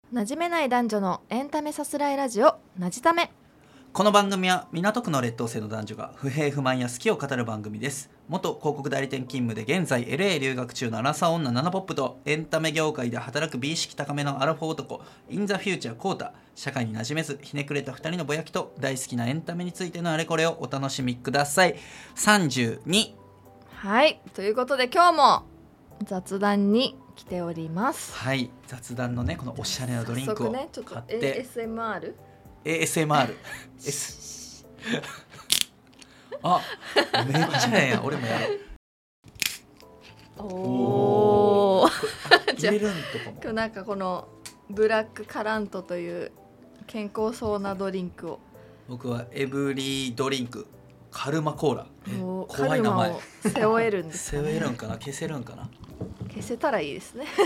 馴染めない男女のエンタメさすらいラジオなじため。 この番組は港区の劣等生の男女が不平不満や好きを語る番組です。元広告代理店勤務で現在 LA 留学中のアラサー女ナナポップとエンタメ業界で働く美意識高めのアラフォー男インザフューチャーコータ、社会に馴染めずひねくれた2人のぼやきと大好きなエンタメについてのあれこれをお楽しみください。32。 はい、ということで今日も雑談に来ております。 はい、雑談のねこのおしゃれなドリンクを買って、 早速ね、ちょっと ASMRあ、めっちゃええやん。俺もやろう。 おー入れるんとかも今日なんかこのブラックカラントという健康そうなドリンクを、 僕はエブリードリンクカルマコーラ。 カルマ怖い名前。 を背負えるんですか、ね、 背負えるんかな、消せるんかな。 消せたらいいですね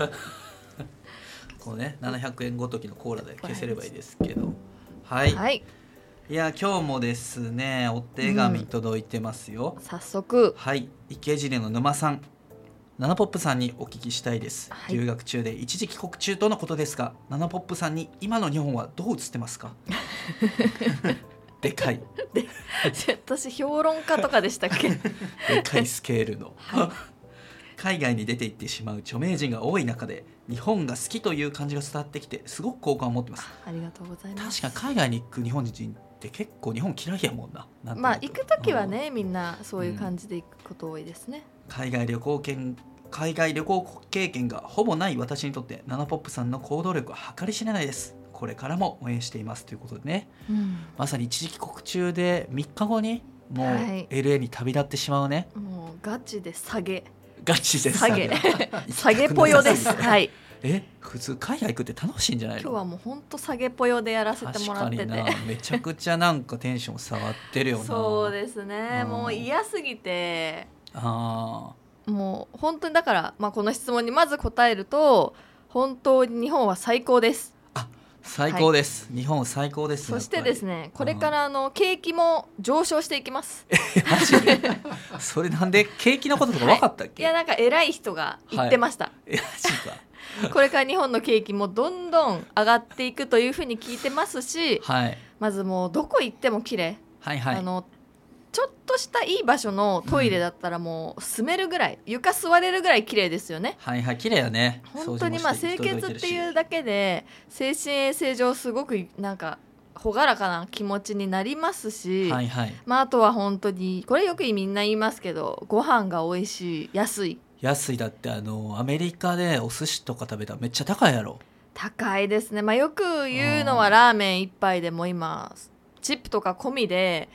こうね、700円ごときのコーラで消せればいいですけど、はい、 はい、 いや今日もですねお手紙届いてますよ、 早速。 はい、池尻の沼さん、ナナポップさんにお聞きしたいです、 はい、 留学中で一時帰国中とのことですが、ナナポップさんに今の日本はどう映ってますかでかいで私評論家とかでしたっけでかいスケールの、 はい、 海外に出て行ってしまう著名人が多い中で日本が好きという感じが伝わってきてすごく好感を持ってます。 ありがとうございます。 確かに海外に行く日本人って結構日本嫌いやもんな。 まあ行くときはね、みんなそういう感じで行くこと多いですね。 海外旅行経験がほぼない私にとってナナポップさんの行動力は計り知れないです。これからも応援していますということでね、まさに一時帰国中で3日後にもう LA に旅立ってしまうね、 もうガチで下げ下げぽよですはい普通海外行くって楽しいんじゃないの。 今日はもうほんと下げぽよでやらせてもらってて、 確かにな、めちゃくちゃなんかテンション下がってるよなそうですね、もう嫌すぎて、 もう本当にだから、この質問にまず答えると、本当に日本は最高です。 最高です、はい、日本最高です。 そしてですね、これから景気も上昇していきますマジでそれなんで景気のこととか分かったっけ。 いやなんか偉い人が言ってました、 マジかこれから日本の景気もどんどん上がっていくというふうに聞いてますし、まずもうどこ行っても綺麗、ちょっとしたいい場所のトイレだったらもう住めるぐらい、床座れるぐらい綺麗ですよね。 綺麗やね。 本当に清潔っていうだけで精神衛生上すごくなんか朗らかな気持ちになりますし、あとは本当にこれよくみんな言いますけど、ご飯が美味しい、安いだってアメリカでお寿司とか食べたらめっちゃ高いやろ。 高いですね、よく言うのはラーメン一杯でも今チップとか込みで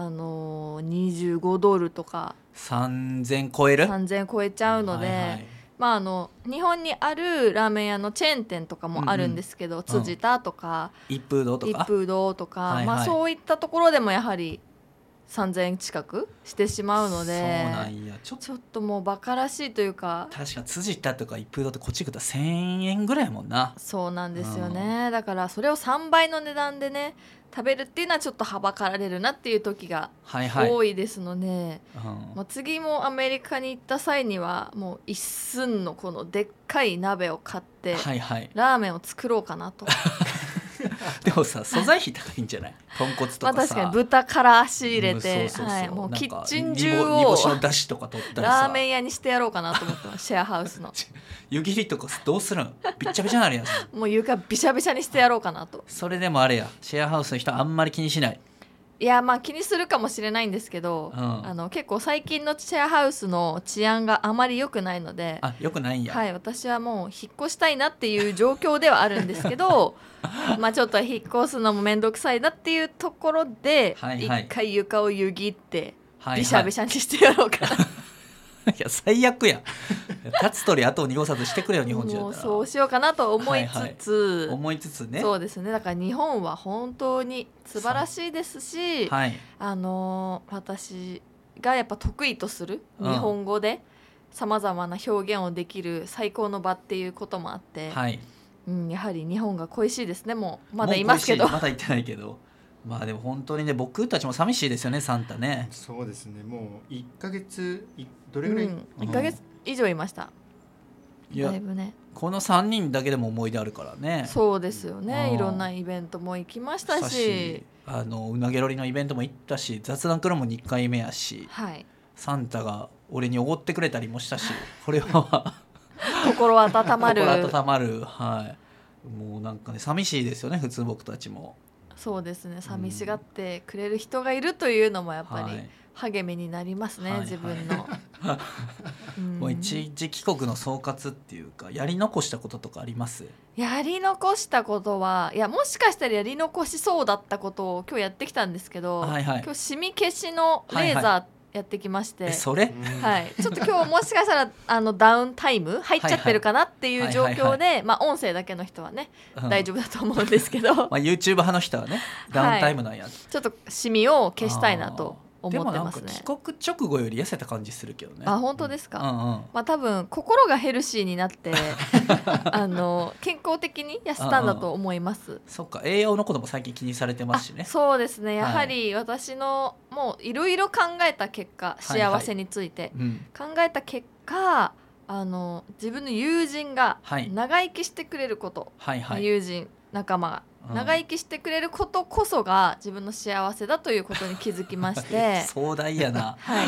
$25とか 3000超える 3000超えちゃうので、日本にあるラーメン屋のチェーン店とかもあるんですけど、辻田とか一風堂とか、 そういったところでもやはり3000円近くしてしまうので、 そうなんや、 ちょっともうバカらしいというか。 確かに辻田とか一風堂ってこっち行くと1000円ぐらいやもんな。 そうなんですよね、だからそれを3倍の値段でね食べるっていうのはちょっとはばかられるなっていう時が多いですので、次もアメリカに行った際にはもう一寸のこのでっかい鍋を買って、ラーメンを作ろうかなとでもさ、素材費高いんじゃない？豚骨とかさ、 確かに豚から仕入れて、もうキッチン中を煮干しの出汁とか取ったりさ、 ラーメン屋にしてやろうかなと思ってますシェアハウスの湯切りとかどうするん？びっちゃびちゃなるやつもう床びしゃびしゃにしてやろうかなと。 それでもあれや、シェアハウスの人あんまり気にしない。 いや気にするかもしれないんですけど、結構最近のシェアハウスの治安があまり良くないので、 良くないんや。 私はもう引っ越したいなっていう状況ではあるんですけどちょっと引っ越すのも面倒くさいなっていうところで、一回床を湯切ってびしゃびしゃにしてやろうかな、 いや最悪や立つ鳥後を濁さずしてくれよ日本人だったら。 もうそうしようかなと思いつつ、 ね。 そうですね、だから日本は本当に素晴らしいですし、私がやっぱ得意とする日本語でさまざまな表現をできる最高の場っていうこともあって、やはり日本が恋しいですね。もうまだいますけど、 まだ行ってないけどでも本当にね、僕たちも寂しいですよね、サンタね。 そうですね、もう1ヶ月どれぐらい、 1ヶ月以上いました。 だいぶねこの3人だけでも思い出あるからね。 そうですよね。いろんなイベントも行きましたし、 うなげろりのイベントも行ったし、雑談クラブも2回目やし、 はい、 サンタが俺におごってくれたりもしたし、これは心温まる心温まる、はい、もうなんかね寂しいですよね、普通僕たちも。 そうですね、寂しがってくれる人がいるというのもやっぱり励みになりますね、はい、自分の、 もう一時帰国の総括っていうか、やり残したこととかあります？ やり残したことは、いやもしかしたらやり残しそうだったことを今日やってきたんですけど、はいはい、今日シミ消しのレーザーやってきまして、はいはい、 それ、 はい、ちょっと今日もしかしたらダウンタイム入っちゃってるかなっていう状況で、まあ、音声だけの人はね、大丈夫だと思うんですけど、まあ、 YouTube 派の人はねダウンタイムなんや、 はい、ちょっとシミを消したいなと思ってますね。 でもなんか帰国直後より痩せた感じするけどね。 あ、本当ですか？まあ、多分心がヘルシーになって健康的に痩せたんだと思います。 そっか、栄養のことも最近気にされてますしね。 そうですね、やはり私のもういろいろ考えた結果、幸せについて考えた結果、自分の友人が長生きしてくれること、友人仲間が長生きしてくれることこそが自分の幸せだということに気づきまして壮大やな、 はい、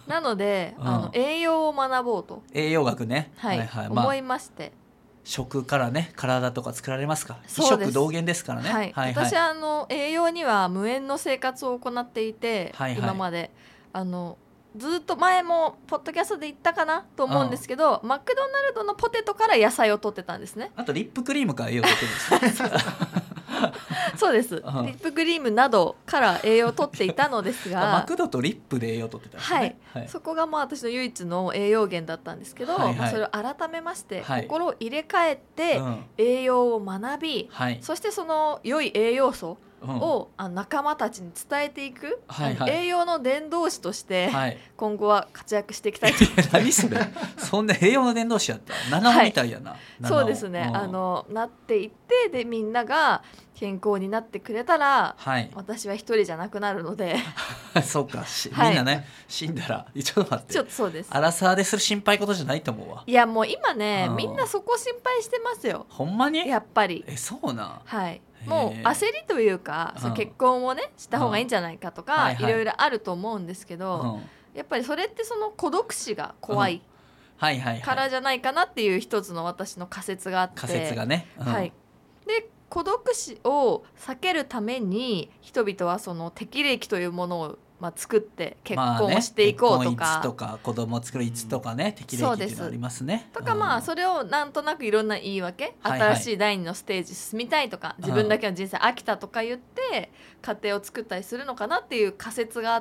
なので、栄養を学ぼうと、 栄養学ね、 はいはいはい、思いまして、 食からね体とか作られますか。異食同源ですからね、 はいはいはい、私は栄養には無縁の生活を行っていて、はいはい、今までずっと前もポッドキャストで言ったかなと思うんですけど、マクドナルドのポテトから野菜を取ってたんですね。 あとリップクリームから栄養取ってるんですねそうです、リップクリームなどから栄養を取っていたのですがマクドとリップで栄養取ってたんですね、 はいはい、そこがまあ私の唯一の栄養源だったんですけど、はいはい、まあ、それを改めまして、はい、心を入れ替えて、栄養を学び、はい、そしてその良い栄養素を仲間たちに伝えていく、はいはい、栄養の伝道師として今後は活躍していきたいと思います。 何それそんな栄養の伝道師やった七尾みたいやな、はい、 そうですね、なっていって、でみんなが健康になってくれたら、はい、私は一人じゃなくなるのでそうか、みんなね、はい、死んだらちょっと待って、 ちょっとそうです、 アラサーでする心配事じゃないと思うわ。 いやもう今ね、みんなそこ心配してますよ。 ほんまに？やっぱりそうなん、 はい、もう焦りというか、その結婚をねした方がいいんじゃないかとか、いろいろあると思うんですけど、やっぱりそれってその孤独死が怖いからじゃないかなっていう一つの私の仮説があって、 仮説がね、 はい、で孤独死を避けるために人々はその適齢期というものを作って結婚をしていこうとか、 結婚いつとか子供を作るいつとかね、適齢期っていうのありますね。 とか、それをなんとなくいろんな言い訳、新しい第二のステージ進みたいとか、自分だけの人生飽きたとか言って家庭を作ったりするのかなっていう仮説があって、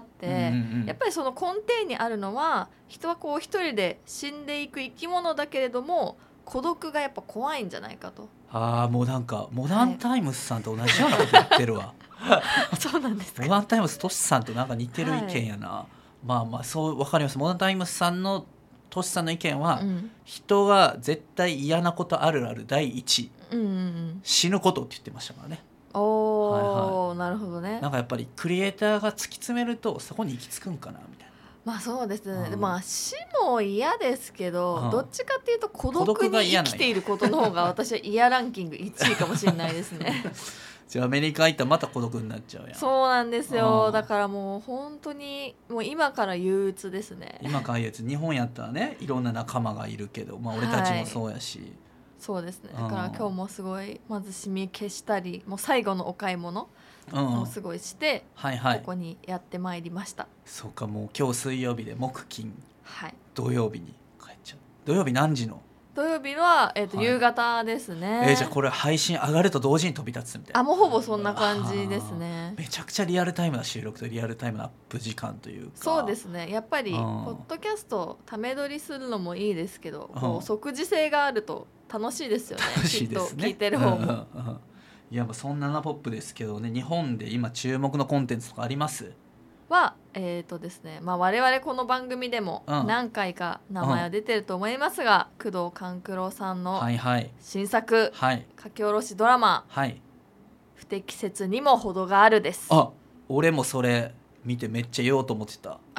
やっぱりその根底にあるのは、人はこう一人で死んでいく生き物だけれども孤独がやっぱ怖いんじゃないかと。 もうなんかモダンタイムスさんと同じようなこと言ってるわそうなんですか。 モダンタイムストシさんとなんか似てる意見やな、はい、まあそう分かります。モダンタイムスさんのトシさんの意見は、人が絶対嫌なことあるある第一、死ぬことって言ってましたからね。 はいはい、なるほどね。 なんかやっぱりクリエイターが突き詰めるとそこに行き着くんかなみたいな。 まあそうですね、死も嫌ですけど、どっちかっていうと孤独に生きていることの方が私は嫌ランキング1位かもしれないですねじゃあアメリカ行ったらまた孤独になっちゃうやん。 そうなんですよ。だからもう本当にもう今から憂鬱ですね。 今から憂鬱。日本やったらね、いろんな仲間がいるけど、俺たちもそうやし、 そうですね。だから今日もすごいまずシミ消したり、もう最後のお買い物もすごいして、ここにやってまいりました。 そうか、もう今日水曜日で木金、 はい、 土曜日に帰っちゃう。土曜日何時の？ 土曜日は、夕方ですね。 じゃあこれ配信上がると同時に飛び立つみたいな。 もうほぼそんな感じですね。 めちゃくちゃリアルタイムな収録とリアルタイムなアップ時間というか。 そうですね。やっぱりポッドキャストため撮りするのもいいですけど、こう即時性があると楽しいですよね。 楽しいですね。 きっと聞いてる方も。 いや、そんなナポップですけどね、日本で今注目のコンテンツとかあります？ はですね、我々この番組でも何回か名前は出てると思いますが、工藤官九郎さんの新作、書き下ろしドラマ、不適切にも程があるです。 俺もそれ見てめっちゃ言おうと思ってた。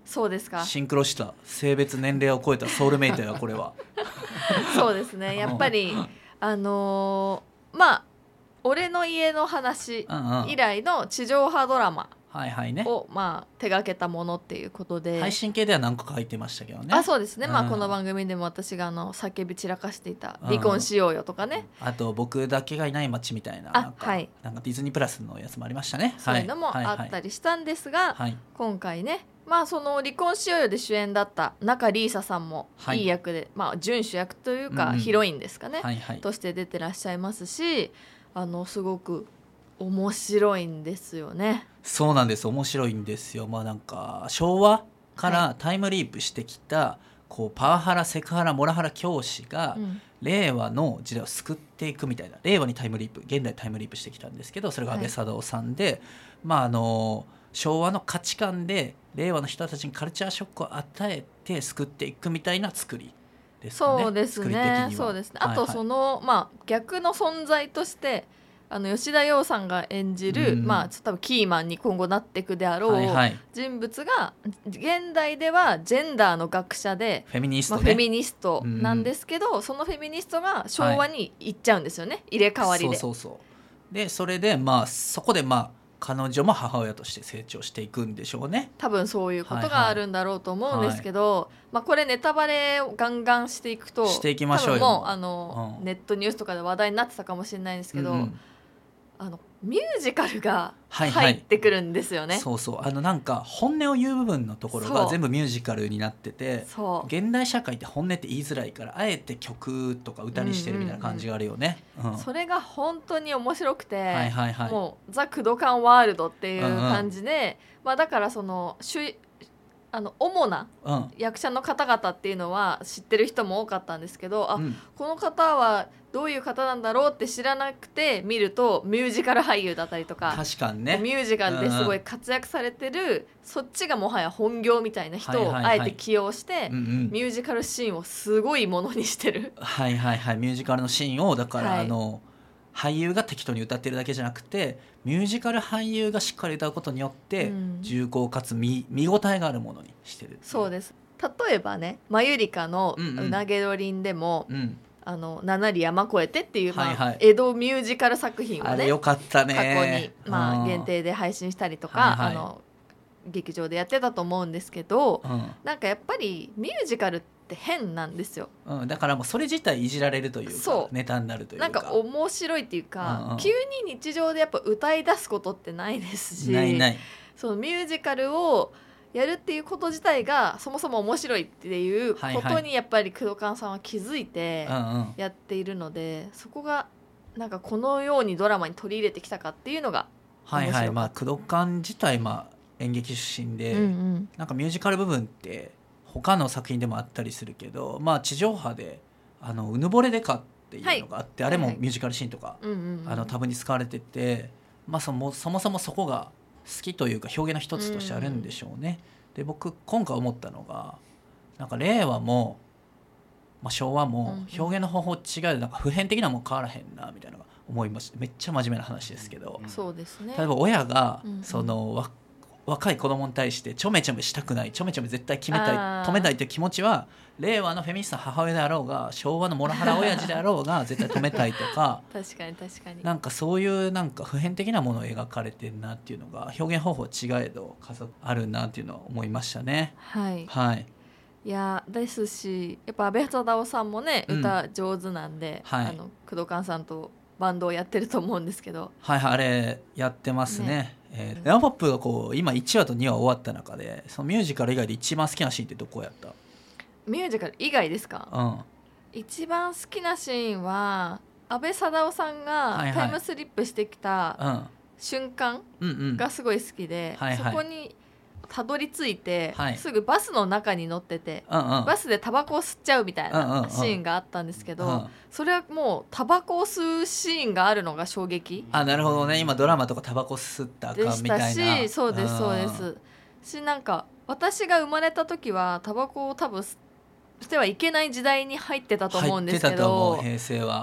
そうですか。 シンクロした性別年齢を超えたソウルメイトやこれはそうですね、やっぱりまあ俺の家の話以来の地上波ドラマを、まあ、手掛けたものっていうことで、 配信系では何個か入ってましたけどね。 そうですね、まあ、この番組でも私が叫び散らかしていた離婚しようよとかね、 あと僕だけがいない街みたいな、なんかディズニープラスのやつもありましたね。 そういうのもあったりしたんですが、今回ね、まあ、その離婚しようよで主演だった仲里依紗さんもいい役で、まあ、準主役というか、ヒロインですかね、として出てらっしゃいますし、すごく面白いんですよね。 そうなんです、面白いんですよ。まあなんか昭和からタイムリープしてきた、こうパワハラセクハラモラハラ教師が、令和の時代を救っていくみたいな、令和にタイムリープ、現代タイムリープしてきたんですけど、それが安倍貞夫さんで、まあ昭和の価値観で令和の人たちにカルチャーショックを与えて救っていくみたいな作りですかね。 そうですね、そうですね。あとまあ、逆の存在として吉田羊さんが演じる、まあ、多分キーマンに今後なっていくであろう人物が、現代ではジェンダーの学者でフェミニストね、 まあ、フェミニストなんですけど、そのフェミニストが昭和に行っちゃうんですよね、入れ替わりで。 でそれで、まあ、そこでまあ彼女も母親として成長していくんでしょうね。 多分そういうことがあるんだろうと思うんですけど、まあ、これネタバレをガンガンしていくとしていきましょうよ。 多分もうネットニュースとかで話題になってたかもしれないんですけど、ミュージカルが入ってくるんですよね。 そうそう、なんか本音を言う部分のところが全部ミュージカルになってて、現代社会って本音って言いづらいからあえて曲とか歌にしてるみたいな感じがあるよね。 それが本当に面白くて、もうザ・クドカンワールドっていう感じで、まあ、だからその主な役者の方々っていうのは知ってる人も多かったんですけど、この方はどういう方なんだろうって知らなくて見るとミュージカル俳優だったりとか、 確かにね、 ミュージカルですごい活躍されてる、そっちがもはや本業みたいな人をあえて起用して、ミュージカルシーンをすごいものにしてる。 ミュージカルのシーンをだから、俳優が適当に歌ってるだけじゃなくて、ミュージカル俳優がしっかり歌うことによって、重厚かつ見応えがあるものにしてる。 そうです。例えばね、マユリカのうなげどりんでも、七里山越えてっていう、江戸ミュージカル作品をね、 あれよかったね、 過去に、限定で配信したりとか、劇場でやってたと思うんですけど、なんかやっぱりミュージカルって変なんですよ、 だからもうそれ自体いじられるというか、ネタになるというか、 なんか面白いっていうか、急に日常でやっぱ歌い出すことってないですし、そのミュージカルをやるっていうこと自体がそもそも面白いっていうことにやっぱり工藤勘さんは気づいてやっているので、そこがなんかこのようにドラマに取り入れてきたかっていうのが面白かった。 工藤勘自体、演劇出身で、なんかミュージカル部分って他の作品でもあったりするけど、地上波でうぬぼれでかっていうのがあって、あれもミュージカルシーンとか多分に使われてて、そもそもそこが好きというか表現の一つとしてあるんでしょうね。で僕今回思ったのが、なんか令和も、昭和も表現の方法違う、なんか普遍的なもん変わらへんなみたいなのが思いました。めっちゃ真面目な話ですけど、 そうですね、 例えば親がその若い子供に対してちょめちょめしたくない、ちょめちょめ絶対決めたい、止めたいという気持ちは令和のフェミニストの母親であろうが昭和のモラハラ親父であろうが絶対止めたいとか確かになんかそういうなんか普遍的なものを描かれてるなっていうのが、表現方法違えどあるなっていうのは思いましたね。 いやですし、やっぱ安倍貞夫さんもね、歌上手なんで、工藤勘さんとバンドをやってると思うんですけど、 あれやってますね。ネオポップがこう今1話と2話終わった中で、そのミュージカル以外で一番好きなシーンってどこやった？ ミュージカル以外ですか？一番好きなシーンは安倍貞夫さんがタイムスリップしてきた瞬間がすごい好きで、そこにたどり着いて、すぐバスの中に乗ってて、バスでタバコを吸っちゃうみたいなシーンがあったんですけど、それはもうタバコを吸うシーンがあるのが衝撃。 なるほどね。今ドラマとかタバコ吸ったらあかんみたいなでしたし、そうですし、なんか私が生まれた時はタバコを多分吸ってはいけない時代に入ってたと思うんですけど、 平成は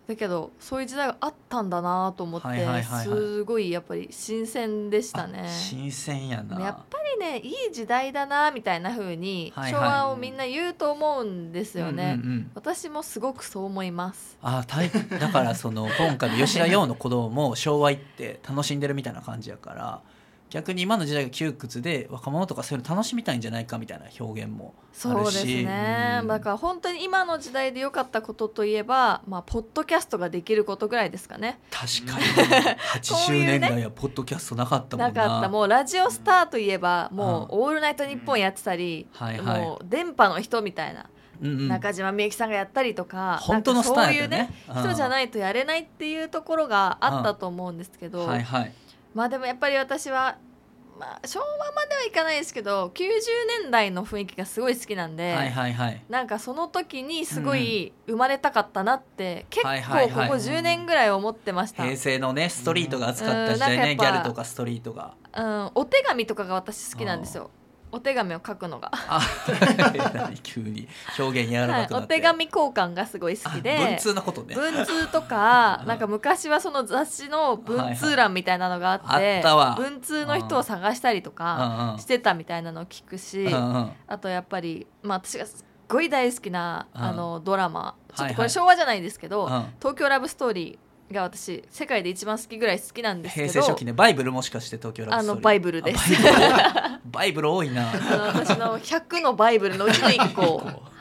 だけどそういう時代があったんだなと思って、すごいやっぱり新鮮でしたね。 新鮮やな。 やっぱりねいい時代だなみたいな風に昭和をみんな言うと思うんですよね。私もすごくそう思います。 だからその今回の吉田羊の子供も昭和行って楽しんでるみたいな感じやから、逆に今の時代が窮屈で若者とかそういうの楽しみたいんじゃないかみたいな表現もあるし。 そうですね、だから本当に今の時代で良かったことといえば、ポッドキャストができることぐらいですかね。 確かに80年代はポッドキャストなかったもんな。 なかった。もうラジオスターといえば、もうオールナイトニッポンやってたり、もう電波の人みたいな、中島みゆきさんがやったりとか、 本当のスターやったね。 そういうね、人じゃないとやれないっていうところがあったと思うんですけど、でもやっぱり私は昭和まではいかないですけど90年代の雰囲気がすごい好きなんで、なんかその時にすごい生まれたかったなって、結構ここ10年ぐらい思ってました。 平成のねストリートが熱かった時代ね、ギャルとかストリートが、 お手紙とかが私好きなんですよ。お手紙を書くのが急に表現柔らかくなって、 お手紙交換がすごい好きで、 文通のことね。 文通とかなんか昔はその雑誌の文通欄みたいなのがあって、文通の人を探したりとかしてたみたいなのを聞くし、あとやっぱり私がすっごい大好きなドラマ、ちょっとこれ昭和じゃないですけど、東京ラブストーリーが私世界で一番好きぐらい好きなんですけど、 平成初期ね。バイブルもしかして東京ラブストーリー、 バイブルです。 バイブル多いな。 私の100のバイブルのうちの1個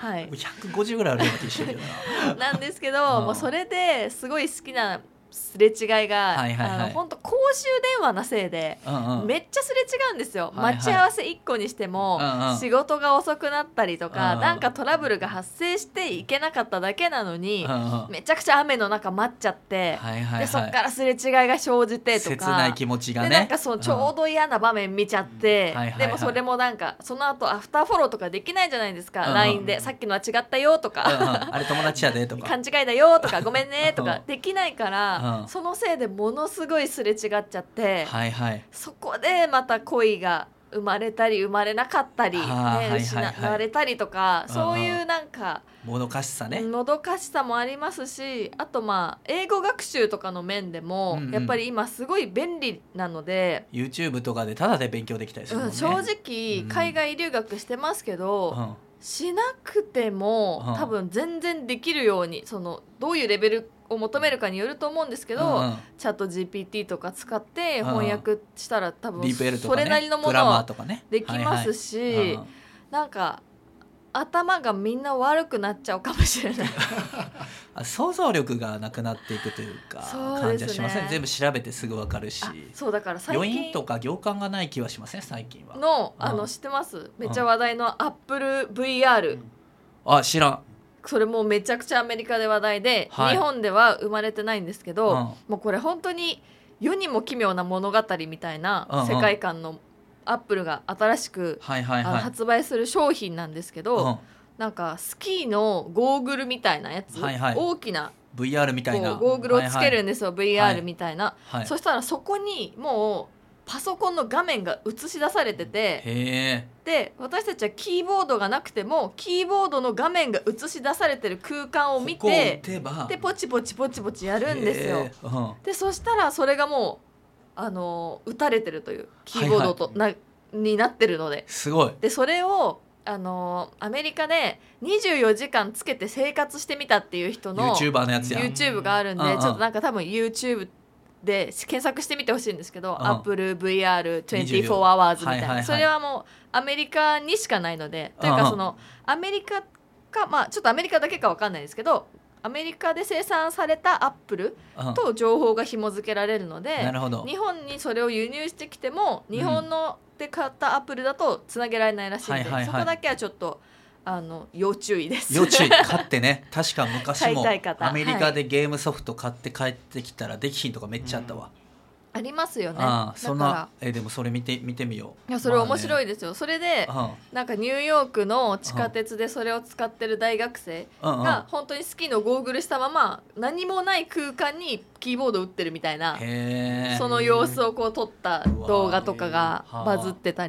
150ぐらいあるような気してるよななんですけど、もうそれですごい好きなすれ違いが、本当公衆電話のせいで、めっちゃすれ違うんですよ。待ち合わせ1個にしても、仕事が遅くなったりとか、なんかトラブルが発生していけなかっただけなのに、めちゃくちゃ雨の中待っちゃって、でそっからすれ違いが生じてとか、 切ない気持ちがね、 でなんかちょうど嫌な場面見ちゃって、でもそれもなんかその後アフターフォローとかできないじゃないですか、LINE でさっきのは違ったよとか、 あれ友達やでとか、 勘違いだよとか、ごめんねとかできないから、そのせいでものすごいすれ違っちゃって、そこでまた恋が生まれたり生まれなかったり、失われたりとか、そういうなんかもどかしさね、 もどかしさもありますし、あと英語学習とかの面でも、やっぱり今すごい便利なので YouTube とかでタダで勉強できたりするもんね。 正直海外留学してますけど、しなくても多分全然できるように、そのどういうレベルを求めるかによると思うんですけど、チャット GPT とか使って翻訳したら多分それなりのものはできますし、なんか頭がみんな悪くなっちゃうかもしれない想像力がなくなっていくというか感じはしません、全部調べてすぐ分かるし。 そうだから最近余韻とか行間がない気はしません最近は。 知ってます？めっちゃ話題の Apple VR、 知らん。 それもめちゃくちゃアメリカで話題で、日本では生まれてないんですけど、もうこれ本当に世にも奇妙な物語みたいな世界観のアップルが新しく発売する商品なんですけど、なんかスキーのゴーグルみたいなやつ、大きな VR みたいなゴーグルをつけるんですよ、VR みたいな、そしたらそこにもうパソコンの画面が映し出されてて、で私たちはキーボードがなくてもキーボードの画面が映し出されてる空間を見て、でポチポチポチポチやるんですよ。でそしたらそれがもう打たれてるというキーボードと、になってるので、 すごい。 でそれをアメリカで24時間つけて生活してみたっていう人の YouTuber のやつや YouTube があるんで、ちょっとなんか多分 YouTube で検索してみてほしいんですけど、Apple VR 24 hours みたいな、それはもうアメリカにしかないので、というかそのアメリカか、ちょっとアメリカだけか分かんないですけど、アメリカで生産されたアップルと情報が紐付けられるので、日本にそれを輸入してきても日本ので買ったアップルだとつなげられないらしいんで、そこだけはちょっと要注意です。 要注意。買ってね、確か昔もアメリカでゲームソフト買って帰ってきたらできひんとかめっちゃあったわ。 ありますよね。 そんなでもそれ見てみよう。 いやそれ面白いですよ。それでなんかニューヨークの地下鉄でそれを使ってる大学生が本当にスキーのゴーグルしたまま何もない空間にキーボード打ってるみたいな、その様子をこう撮った動画とかがバズってたり。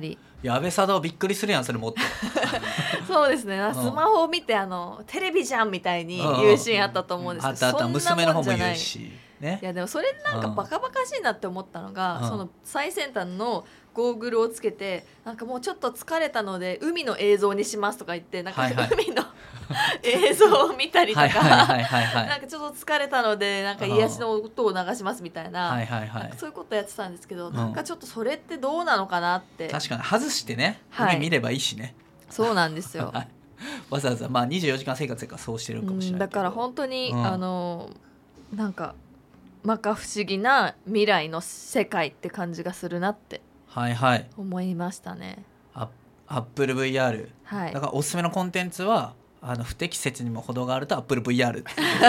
いや安倍貞夫びっくりするやんそれもっとそうですね、スマホを見てテレビじゃんみたいに言うシーンあったと思うんですけど、 あった娘の方も言うし、ね、 いやでもそれなんかバカバカしいなって思ったのが、その最先端のゴーグルをつけてなんかもうちょっと疲れたので海の映像にしますとか言ってなんか海の映像を見たりとかなんかちょっと疲れたのでなんか癒しの音を流しますみたいな、なんかそういうことやってたんですけど、なんかちょっとそれってどうなのかなって。 確かに外してね海見ればいいしね、 そうなんですよわざわざ24時間生活がそうしてるかもしれないけど、 だから本当に、なんか摩訶不思議な未来の世界って感じがするなって思いましたね。 Apple VR、 はい、 だからおすすめのコンテンツは不適切にも程があると Apple VR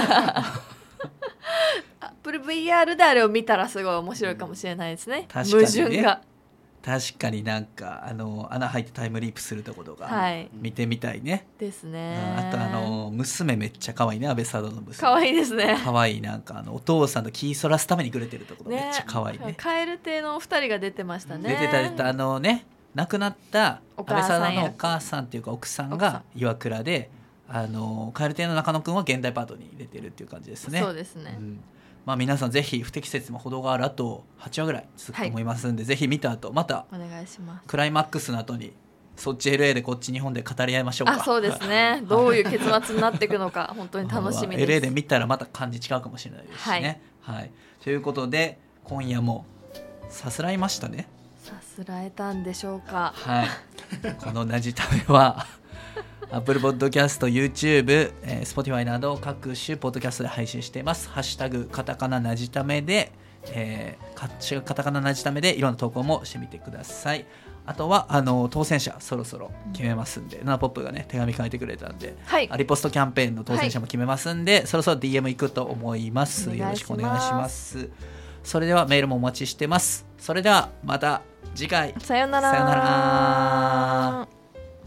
Apple VR であれを見たらすごい面白いかもしれないですね、 確かにね、 矛盾が確かになんか穴入ってタイムリープするところが見てみたいね、 ですね。 あと娘めっちゃ可愛いね、安倍貞夫の娘可愛いですね。 可愛い、なんかお父さんと気そらすためにくれてるところめっちゃ可愛いね。 蛙亭のお二人が出てましたね。 出てたね、亡くなった安倍貞夫のお母さんっていうか奥さんが岩倉で、蛙亭の中野くんは現代パートに出てるっていう感じですね。 そうですね、 まあ、皆さんぜひ不適切も程がある、あと8話ぐらい続くと思いますんで、ぜひ見た後またお願いします。 クライマックスの後にそっち LA でこっち日本で語り合いましょうか。 そうですねどういう結末になっていくのか本当に楽しみです。 LA で見たらまた感じ違うかもしれないですしね、ということで今夜もさすらいましたね。 さすらえたんでしょうか。 このなじためはApple Podcast、YouTube、Spotify など各種ポッドキャストで配信しています。ハッシュタグカタカナなじためで、カタカナなじためでいろんな投稿もしてみてください。あとは当選者そろそろ決めますんで、ナナポップがね手紙書いてくれたんで、リポストキャンペーンの当選者も決めますんで、そろそろ DM 行くと思います。よろしくお願いします。それではメールもお待ちしてます。それではまた次回、 さよなら。 さよなら。